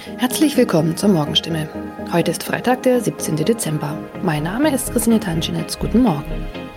Herzlich willkommen zur Morgenstimme. Heute ist Freitag, der 17. Dezember. Mein Name ist Christine Tanschinetz. Guten Morgen.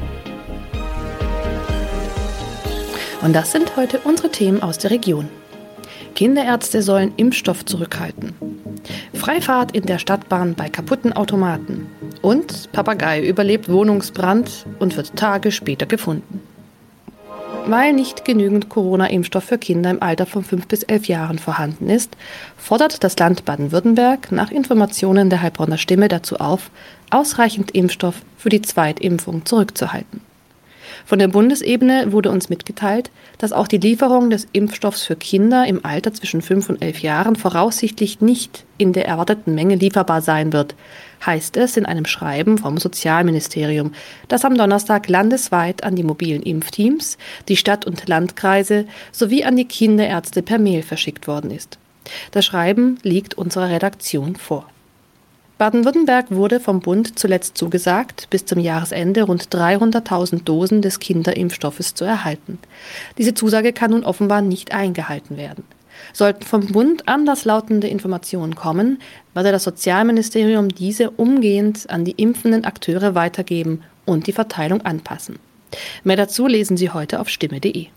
Und das sind heute unsere Themen aus der Region. Kinderärzte sollen Impfstoff zurückhalten. Freifahrt in der Stadtbahn bei kaputten Automaten. Und Papagei überlebt Wohnungsbrand und wird Tage später gefunden. Weil nicht genügend Corona-Impfstoff für Kinder im Alter von 5 bis 11 Jahren vorhanden ist, fordert das Land Baden-Württemberg nach Informationen der Heilbronner Stimme dazu auf, ausreichend Impfstoff für die Zweitimpfung zurückzuhalten. Von der Bundesebene wurde uns mitgeteilt, dass auch die Lieferung des Impfstoffs für Kinder im Alter zwischen 5 und 11 Jahren voraussichtlich nicht in der erwarteten Menge lieferbar sein wird, heißt es in einem Schreiben vom Sozialministerium, das am Donnerstag landesweit an die mobilen Impfteams, die Stadt- und Landkreise sowie an die Kinderärzte per Mail verschickt worden ist. Das Schreiben liegt unserer Redaktion vor. Baden-Württemberg wurde vom Bund zuletzt zugesagt, bis zum Jahresende rund 300.000 Dosen des Kinderimpfstoffes zu erhalten. Diese Zusage kann nun offenbar nicht eingehalten werden. Sollten vom Bund anderslautende Informationen kommen, werde das Sozialministerium diese umgehend an die impfenden Akteure weitergeben und die Verteilung anpassen. Mehr dazu lesen Sie heute auf stimme.de.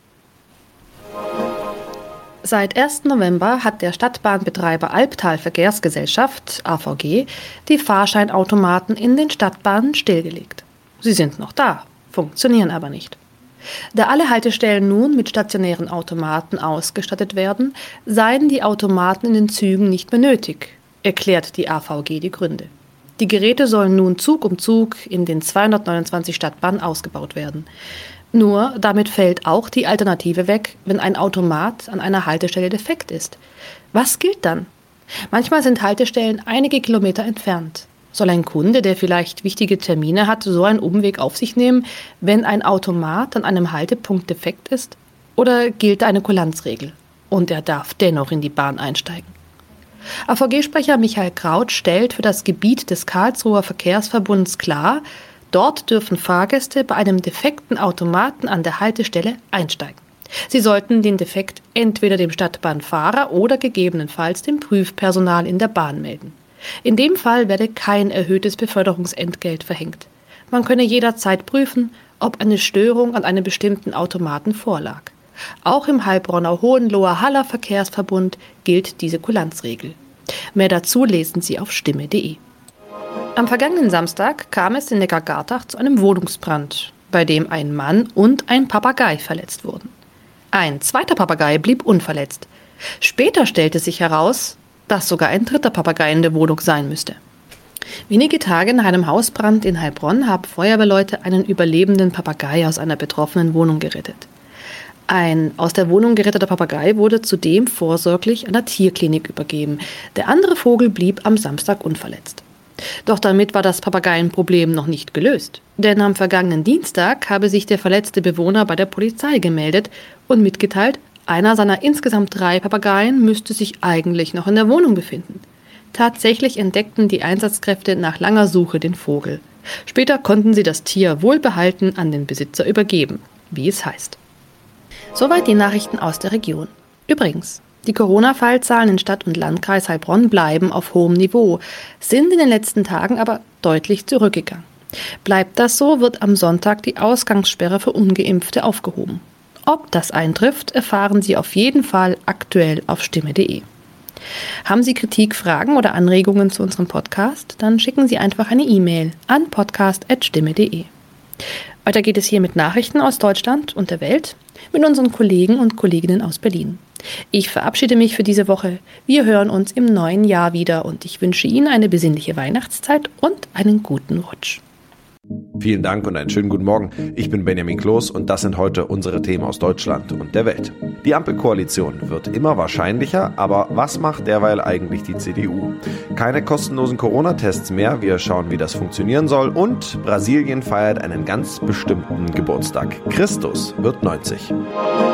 Seit 1. November hat der Stadtbahnbetreiber Albtal Verkehrsgesellschaft, AVG, die Fahrscheinautomaten in den Stadtbahnen stillgelegt. Sie sind noch da, funktionieren aber nicht. Da alle Haltestellen nun mit stationären Automaten ausgestattet werden, seien die Automaten in den Zügen nicht mehr nötig, erklärt die AVG die Gründe. Die Geräte sollen nun Zug um Zug in den 229 Stadtbahnen ausgebaut werden. Nur damit fällt auch die Alternative weg, wenn ein Automat an einer Haltestelle defekt ist. Was gilt dann? Manchmal sind Haltestellen einige Kilometer entfernt. Soll ein Kunde, der vielleicht wichtige Termine hat, so einen Umweg auf sich nehmen, wenn ein Automat an einem Haltepunkt defekt ist? Oder gilt eine Kulanzregel und er darf dennoch in die Bahn einsteigen? AVG-Sprecher Michael Kraut stellt für das Gebiet des Karlsruher Verkehrsverbunds klar, dort dürfen Fahrgäste bei einem defekten Automaten an der Haltestelle einsteigen. Sie sollten den Defekt entweder dem Stadtbahnfahrer oder gegebenenfalls dem Prüfpersonal in der Bahn melden. In dem Fall werde kein erhöhtes Beförderungsentgelt verhängt. Man könne jederzeit prüfen, ob eine Störung an einem bestimmten Automaten vorlag. Auch im Heilbronner Hohenloher-Haller Verkehrsverbund gilt diese Kulanzregel. Mehr dazu lesen Sie auf stimme.de. Am vergangenen Samstag kam es in Neckargartach zu einem Wohnungsbrand, bei dem ein Mann und ein Papagei verletzt wurden. Ein zweiter Papagei blieb unverletzt. Später stellte sich heraus, dass sogar ein dritter Papagei in der Wohnung sein müsste. Wenige Tage nach einem Hausbrand in Heilbronn haben Feuerwehrleute einen überlebenden Papagei aus einer betroffenen Wohnung gerettet. Ein aus der Wohnung geretteter Papagei wurde zudem vorsorglich einer Tierklinik übergeben. Der andere Vogel blieb am Samstag unverletzt. Doch damit war das Papageienproblem noch nicht gelöst. Denn am vergangenen Dienstag habe sich der verletzte Bewohner bei der Polizei gemeldet und mitgeteilt, einer seiner insgesamt 3 Papageien müsste sich eigentlich noch in der Wohnung befinden. Tatsächlich entdeckten die Einsatzkräfte nach langer Suche den Vogel. Später konnten sie das Tier wohlbehalten an den Besitzer übergeben, wie es heißt. Soweit die Nachrichten aus der Region. Übrigens, die Corona-Fallzahlen in Stadt und Landkreis Heilbronn bleiben auf hohem Niveau, sind in den letzten Tagen aber deutlich zurückgegangen. Bleibt das so, wird am Sonntag die Ausgangssperre für Ungeimpfte aufgehoben. Ob das eintrifft, erfahren Sie auf jeden Fall aktuell auf stimme.de. Haben Sie Kritik, Fragen oder Anregungen zu unserem Podcast? Dann schicken Sie einfach eine E-Mail an podcast@stimme.de. Weiter geht es hier mit Nachrichten aus Deutschland und der Welt mit unseren Kollegen und Kolleginnen aus Berlin. Ich verabschiede mich für diese Woche. Wir hören uns im neuen Jahr wieder und ich wünsche Ihnen eine besinnliche Weihnachtszeit und einen guten Rutsch. Vielen Dank und einen schönen guten Morgen. Ich bin Benjamin Kloß und das sind heute unsere Themen aus Deutschland und der Welt. Die Ampelkoalition wird immer wahrscheinlicher, aber was macht derweil eigentlich die CDU? Keine kostenlosen Corona-Tests mehr, wir schauen, wie das funktionieren soll und Brasilien feiert einen ganz bestimmten Geburtstag. Christus wird 90.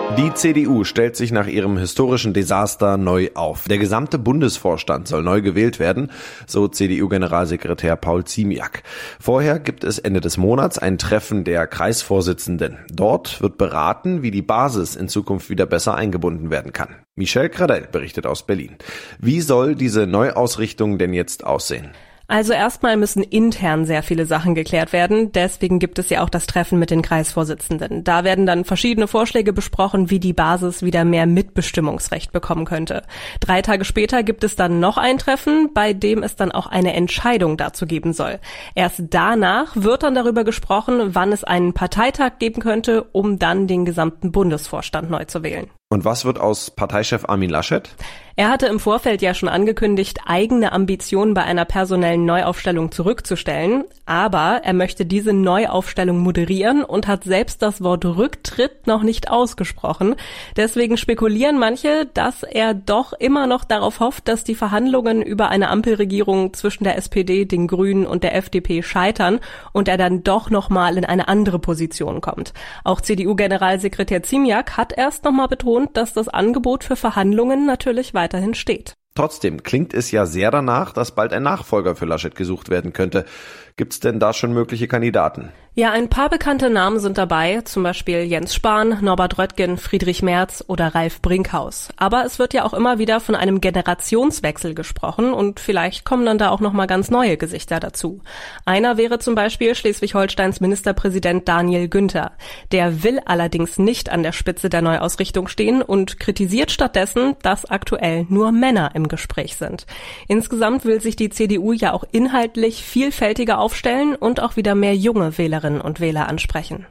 Die CDU stellt sich nach ihrem historischen Desaster neu auf. Der gesamte Bundesvorstand soll neu gewählt werden, so CDU-Generalsekretär Paul Ziemiak. Vorher gibt es Ende des Monats ein Treffen der Kreisvorsitzenden. Dort wird beraten, wie die Basis in Zukunft wieder besser eingebunden werden kann. Michelle Gradell berichtet aus Berlin. Wie soll diese Neuausrichtung denn jetzt aussehen? Also erstmal müssen intern sehr viele Sachen geklärt werden. Deswegen gibt es ja auch das Treffen mit den Kreisvorsitzenden. Da werden dann verschiedene Vorschläge besprochen, wie die Basis wieder mehr Mitbestimmungsrecht bekommen könnte. 3 Tage später gibt es dann noch ein Treffen, bei dem es dann auch eine Entscheidung dazu geben soll. Erst danach wird dann darüber gesprochen, wann es einen Parteitag geben könnte, um dann den gesamten Bundesvorstand neu zu wählen. Und was wird aus Parteichef Armin Laschet? Er hatte im Vorfeld ja schon angekündigt, eigene Ambitionen bei einer personellen Neuaufstellung zurückzustellen. Aber er möchte diese Neuaufstellung moderieren und hat selbst das Wort Rücktritt noch nicht ausgesprochen. Deswegen spekulieren manche, dass er doch immer noch darauf hofft, dass die Verhandlungen über eine Ampelregierung zwischen der SPD, den Grünen und der FDP scheitern und er dann doch nochmal in eine andere Position kommt. Auch CDU-Generalsekretär Ziemiak hat erst nochmal betont, dass das Angebot für Verhandlungen natürlich weiterhin steht. Trotzdem klingt es ja sehr danach, dass bald ein Nachfolger für Laschet gesucht werden könnte. Gibt's denn da schon mögliche Kandidaten? Ja, ein paar bekannte Namen sind dabei, zum Beispiel Jens Spahn, Norbert Röttgen, Friedrich Merz oder Ralf Brinkhaus. Aber es wird ja auch immer wieder von einem Generationswechsel gesprochen und vielleicht kommen dann da auch nochmal ganz neue Gesichter dazu. Einer wäre zum Beispiel Schleswig-Holsteins Ministerpräsident Daniel Günther. Der will allerdings nicht an der Spitze der Neuausrichtung stehen und kritisiert stattdessen, dass aktuell nur Männer im Gespräch sind. Insgesamt will sich die CDU ja auch inhaltlich vielfältiger aufstellen und auch wieder mehr junge Wählerinnen und Wähler ansprechen.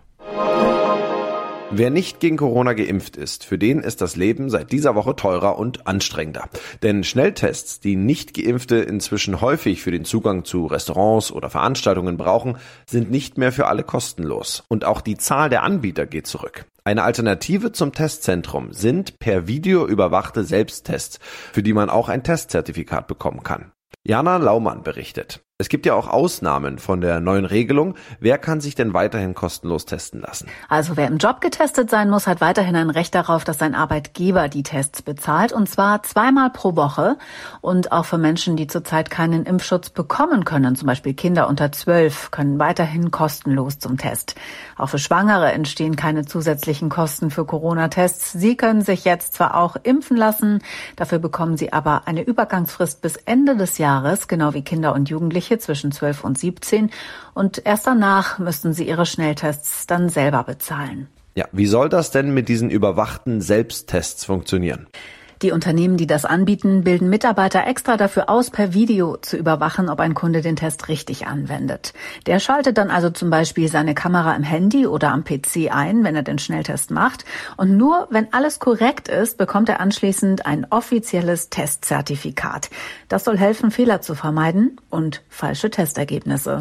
Wer nicht gegen Corona geimpft ist, für den ist das Leben seit dieser Woche teurer und anstrengender. Denn Schnelltests, die Nicht-Geimpfte inzwischen häufig für den Zugang zu Restaurants oder Veranstaltungen brauchen, sind nicht mehr für alle kostenlos. Und auch die Zahl der Anbieter geht zurück. Eine Alternative zum Testzentrum sind per Video überwachte Selbsttests, für die man auch ein Testzertifikat bekommen kann. Jana Laumann berichtet. Es gibt ja auch Ausnahmen von der neuen Regelung. Wer kann sich denn weiterhin kostenlos testen lassen? Also wer im Job getestet sein muss, hat weiterhin ein Recht darauf, dass sein Arbeitgeber die Tests bezahlt. Und zwar 2-mal pro Woche. Und auch für Menschen, die zurzeit keinen Impfschutz bekommen können, zum Beispiel Kinder unter 12, können weiterhin kostenlos zum Test. Auch für Schwangere entstehen keine zusätzlichen Kosten für Corona-Tests. Sie können sich jetzt zwar auch impfen lassen, dafür bekommen sie aber eine Übergangsfrist bis Ende des Jahres, genau wie Kinder und Jugendliche zwischen 12 und 17. Und erst danach müssten sie ihre Schnelltests dann selber bezahlen. Ja, wie soll das denn mit diesen überwachten Selbsttests funktionieren? Die Unternehmen, die das anbieten, bilden Mitarbeiter extra dafür aus, per Video zu überwachen, ob ein Kunde den Test richtig anwendet. Der schaltet dann also zum Beispiel seine Kamera im Handy oder am PC ein, wenn er den Schnelltest macht. Und nur wenn alles korrekt ist, bekommt er anschließend ein offizielles Testzertifikat. Das soll helfen, Fehler zu vermeiden und falsche Testergebnisse.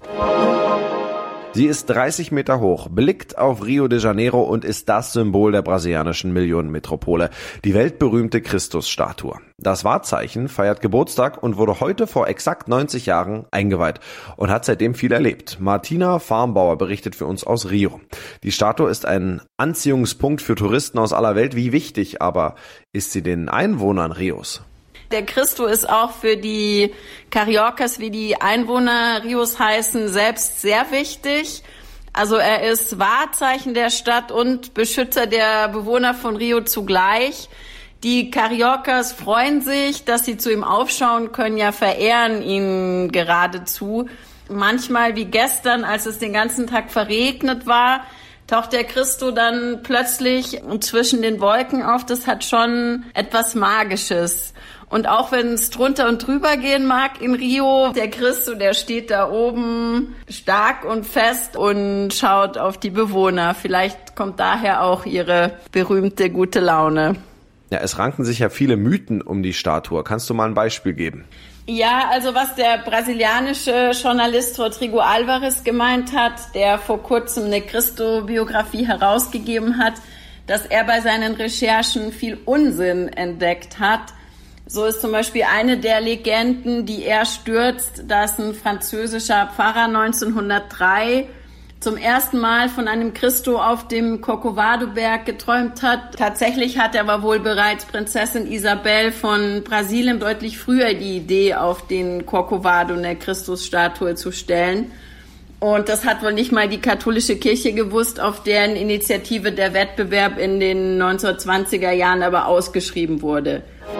Sie ist 30 Meter hoch, blickt auf Rio de Janeiro und ist das Symbol der brasilianischen Millionenmetropole, die weltberühmte Christusstatue. Das Wahrzeichen feiert Geburtstag und wurde heute vor exakt 90 Jahren eingeweiht und hat seitdem viel erlebt. Martina Farnbauer berichtet für uns aus Rio. Die Statue ist ein Anziehungspunkt für Touristen aus aller Welt. Wie wichtig aber ist sie den Einwohnern Rios? Der Cristo ist auch für die Cariocas, wie die Einwohner Rios heißen, selbst sehr wichtig. Also er ist Wahrzeichen der Stadt und Beschützer der Bewohner von Rio zugleich. Die Cariocas freuen sich, dass sie zu ihm aufschauen können, ja verehren ihn geradezu. Manchmal wie gestern, als es den ganzen Tag verregnet war, taucht der Cristo dann plötzlich zwischen den Wolken auf. Das hat schon etwas Magisches. Und auch wenn es drunter und drüber gehen mag in Rio, der Cristo, der steht da oben stark und fest und schaut auf die Bewohner. Vielleicht kommt daher auch ihre berühmte gute Laune. Ja, es ranken sich ja viele Mythen um die Statue. Kannst du mal ein Beispiel geben? Ja, also was der brasilianische Journalist Rodrigo Alvarez gemeint hat, der vor kurzem eine Cristo-Biografie herausgegeben hat, dass er bei seinen Recherchen viel Unsinn entdeckt hat. So ist zum Beispiel eine der Legenden, die er stürzt, dass ein französischer Pfarrer 1903 zum ersten Mal von einem Cristo auf dem Corcovado-Berg geträumt hat. Tatsächlich hatte aber wohl bereits Prinzessin Isabel von Brasilien deutlich früher die Idee, auf den Corcovado eine Christusstatue zu stellen. Und das hat wohl nicht mal die katholische Kirche gewusst, auf deren Initiative der Wettbewerb in den 1920er Jahren aber ausgeschrieben wurde.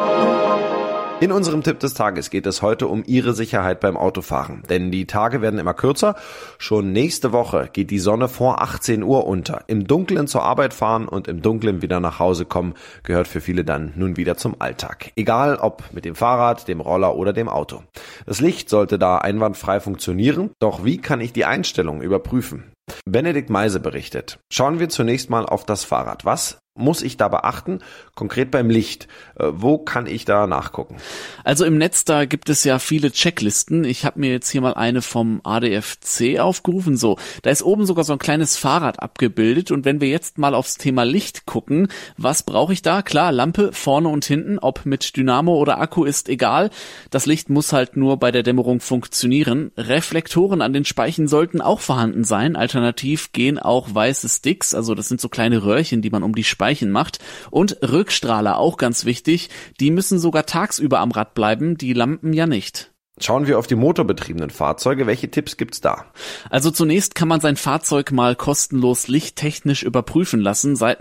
In unserem Tipp des Tages geht es heute um Ihre Sicherheit beim Autofahren. Denn die Tage werden immer kürzer. Schon nächste Woche geht die Sonne vor 18 Uhr unter. Im Dunkeln zur Arbeit fahren und im Dunkeln wieder nach Hause kommen, gehört für viele dann nun wieder zum Alltag. Egal ob mit dem Fahrrad, dem Roller oder dem Auto. Das Licht sollte da einwandfrei funktionieren. Doch wie kann ich die Einstellung überprüfen? Benedikt Meise berichtet. Schauen wir zunächst mal auf das Fahrrad. Was muss ich da beachten? Konkret beim Licht. Wo kann ich da nachgucken? Also im Netz, da gibt es ja viele Checklisten. Ich habe mir jetzt hier mal eine vom ADFC aufgerufen. So, da ist oben sogar so ein kleines Fahrrad abgebildet. Und wenn wir jetzt mal aufs Thema Licht gucken, was brauche ich da? Klar, Lampe vorne und hinten, ob mit Dynamo oder Akku ist egal. Das Licht muss halt nur bei der Dämmerung funktionieren. Reflektoren an den Speichen sollten auch vorhanden sein. Alternativ gehen auch weiße Sticks, also das sind so kleine Röhrchen, die man um die Speichen macht. Und Rückstrahler, auch ganz wichtig, die müssen sogar tagsüber am Rad bleiben, die Lampen ja nicht. Schauen wir auf die motorbetriebenen Fahrzeuge. Welche Tipps gibt's da? Also zunächst kann man sein Fahrzeug mal kostenlos lichttechnisch überprüfen lassen. Seit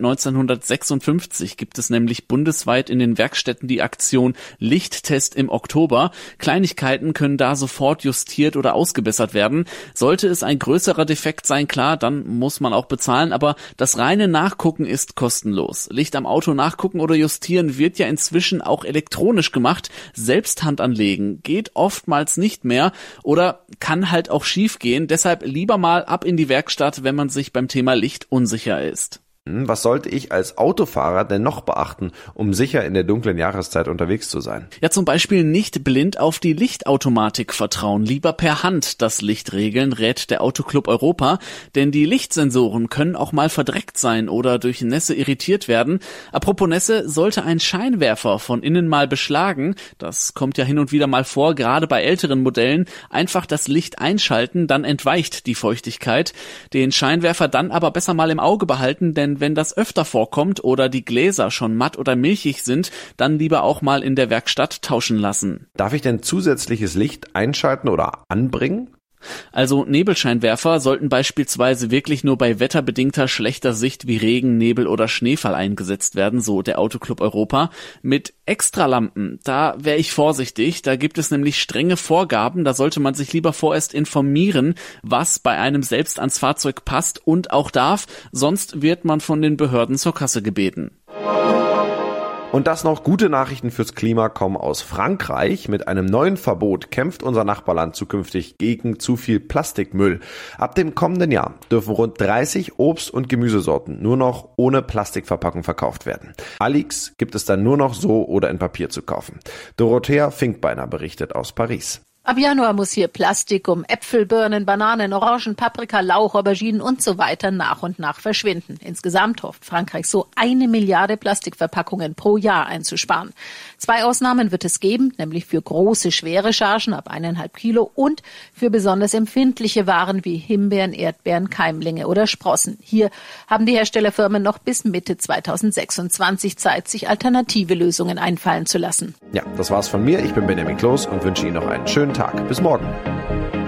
1956 gibt es nämlich bundesweit in den Werkstätten die Aktion Lichttest im Oktober. Kleinigkeiten können da sofort justiert oder ausgebessert werden. Sollte es ein größerer Defekt sein, klar, dann muss man auch bezahlen, aber das reine Nachgucken ist kostenlos. Licht am Auto nachgucken oder justieren wird ja inzwischen auch elektronisch gemacht. Selbst Hand anlegen geht oftmals nicht mehr oder kann halt auch schief gehen. Deshalb lieber mal ab in die Werkstatt, wenn man sich beim Thema Licht unsicher ist. Was sollte ich als Autofahrer denn noch beachten, um sicher in der dunklen Jahreszeit unterwegs zu sein? Ja, zum Beispiel nicht blind auf die Lichtautomatik vertrauen. Lieber per Hand das Licht regeln, rät der Autoclub Europa. Denn die Lichtsensoren können auch mal verdreckt sein oder durch Nässe irritiert werden. Apropos Nässe, sollte ein Scheinwerfer von innen mal beschlagen, das kommt ja hin und wieder mal vor, gerade bei älteren Modellen, einfach das Licht einschalten, dann entweicht die Feuchtigkeit. Den Scheinwerfer dann aber besser mal im Auge behalten, denn wenn das öfter vorkommt oder die Gläser schon matt oder milchig sind, dann lieber auch mal in der Werkstatt tauschen lassen. Darf ich denn zusätzliches Licht einschalten oder anbringen? Also Nebelscheinwerfer sollten beispielsweise wirklich nur bei wetterbedingter schlechter Sicht wie Regen, Nebel oder Schneefall eingesetzt werden, so der Autoclub Europa. Mit Extralampen, da wäre ich vorsichtig, da gibt es nämlich strenge Vorgaben, da sollte man sich lieber vorerst informieren, was bei einem selbst ans Fahrzeug passt und auch darf, sonst wird man von den Behörden zur Kasse gebeten. Und das noch gute Nachrichten fürs Klima kommen aus Frankreich. Mit einem neuen Verbot kämpft unser Nachbarland zukünftig gegen zu viel Plastikmüll. Ab dem kommenden Jahr dürfen rund 30 Obst- und Gemüsesorten nur noch ohne Plastikverpackung verkauft werden. Alix gibt es dann nur noch so oder in Papier zu kaufen. Dorothea Finkbeiner berichtet aus Paris. Ab Januar muss hier Plastik um Äpfel, Birnen, Bananen, Orangen, Paprika, Lauch, Auberginen und so weiter nach und nach verschwinden. Insgesamt hofft Frankreich so 1 Milliarde Plastikverpackungen pro Jahr einzusparen. 2 Ausnahmen wird es geben, nämlich für große, schwere Chargen ab 1,5 Kilo und für besonders empfindliche Waren wie Himbeeren, Erdbeeren, Keimlinge oder Sprossen. Hier haben die Herstellerfirmen noch bis Mitte 2026 Zeit, sich alternative Lösungen einfallen zu lassen. Ja, das war's von mir. Ich bin Benjamin Kloß und wünsche Ihnen noch einen schönen Tag. Bis morgen.